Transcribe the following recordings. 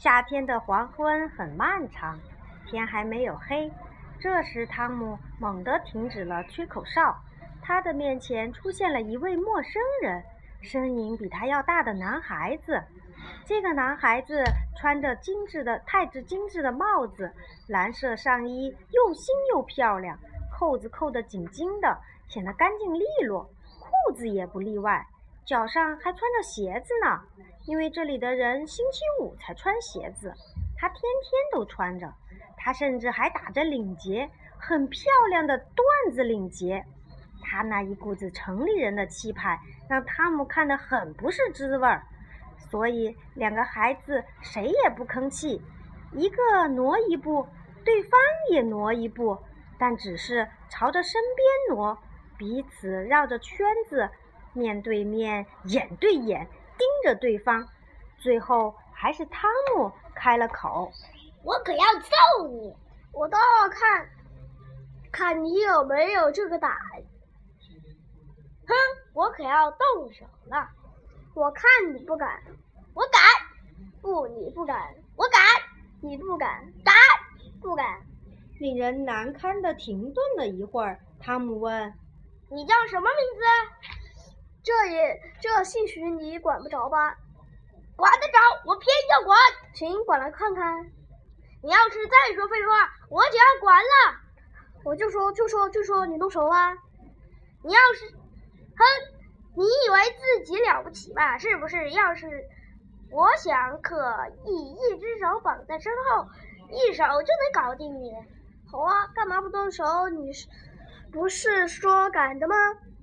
夏天的黄昏很漫长，天还没有黑。这时，汤姆猛地停止了吹口哨，他的面前出现了一位陌生人，身影比他要大的男孩子。这个男孩子穿着太精致的帽子，蓝色上衣又新又漂亮，扣子扣得紧紧的，显得干净利落，裤子也不例外，脚上还穿着鞋子呢。因为这里的人星期五才穿鞋子，他天天都穿着，他甚至还打着领结，很漂亮的缎子领结。他那一股子城里人的气派，让汤姆看得很不是滋味儿。所以两个孩子谁也不吭气，一个挪一步，对方也挪一步，但只是朝着身边挪，彼此绕着圈子，面对面，眼对眼，盯着对方。最后还是汤姆开了口：“ 我可要揍你！我倒要看你有没有这个胆！哼，我可要动手了！我看你不敢，我敢！不，你不敢，我敢！你不敢，敢！不敢！” 令人难堪的停顿了一会儿，汤姆问：“ 你叫什么名字？这兴许你管不着吧？”“管得着，我偏要管！”“请管来看看。你要是再说废话，我就要管了。”“我就说，你动手啊！你要是，哼，你以为自己了不起吧？是不是？要是我想，可以一只手绑在身后，一手就能搞定你。好啊，干嘛不动手？你不是说敢的吗？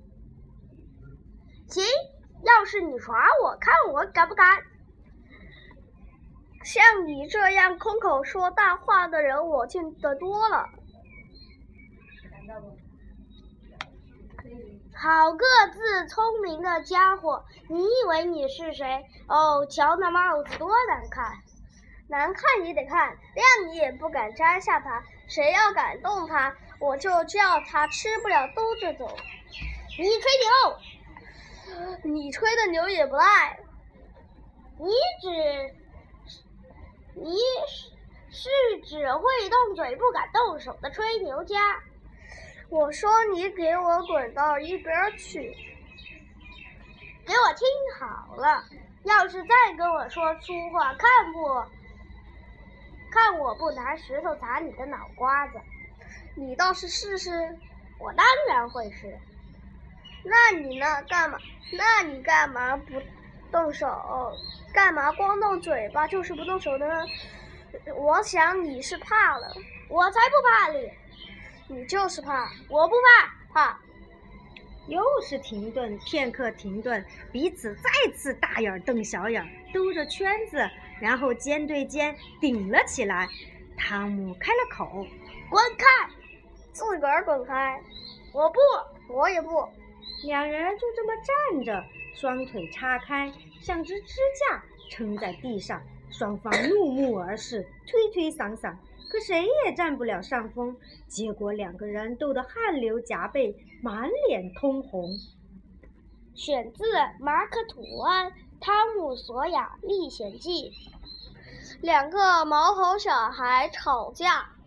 行，要是你耍我，看我敢不敢。像你这样空口说大话的人，我见得多了。好个子聪明的家伙，你以为你是谁？哦，瞧那帽子多难看，难看也得看，亮你也不敢摘下它，谁要敢动它，我就叫他吃不了兜着走。你吹牛，你吹的牛也不赖，你是只会动嘴不敢动手的吹牛家。我说你给我滚到一边去！给我听好了，要是再跟我说粗话，看我不拿石头砸你的脑瓜子！你倒是试试！我当然会试。那你呢？那你干嘛不动手？干嘛光动嘴巴就是不动手呢？我想你是怕了，我才不怕你！你就是怕，我不怕。 又是片刻停顿，彼此再次大眼瞪小眼，兜着圈子，然后肩对肩顶了起来。汤姆开了口：“ 滚开！自个儿滚开！我不，我也不。” 两人就这么站着，双腿叉开，像只支架撑在地上，双方怒目而视，推推搡搡。可谁也占不了上风，结果两个人斗得汗流浃背，满脸通红。 选自马可·吐温《汤姆·索亚历险记》。两个毛头小孩吵架。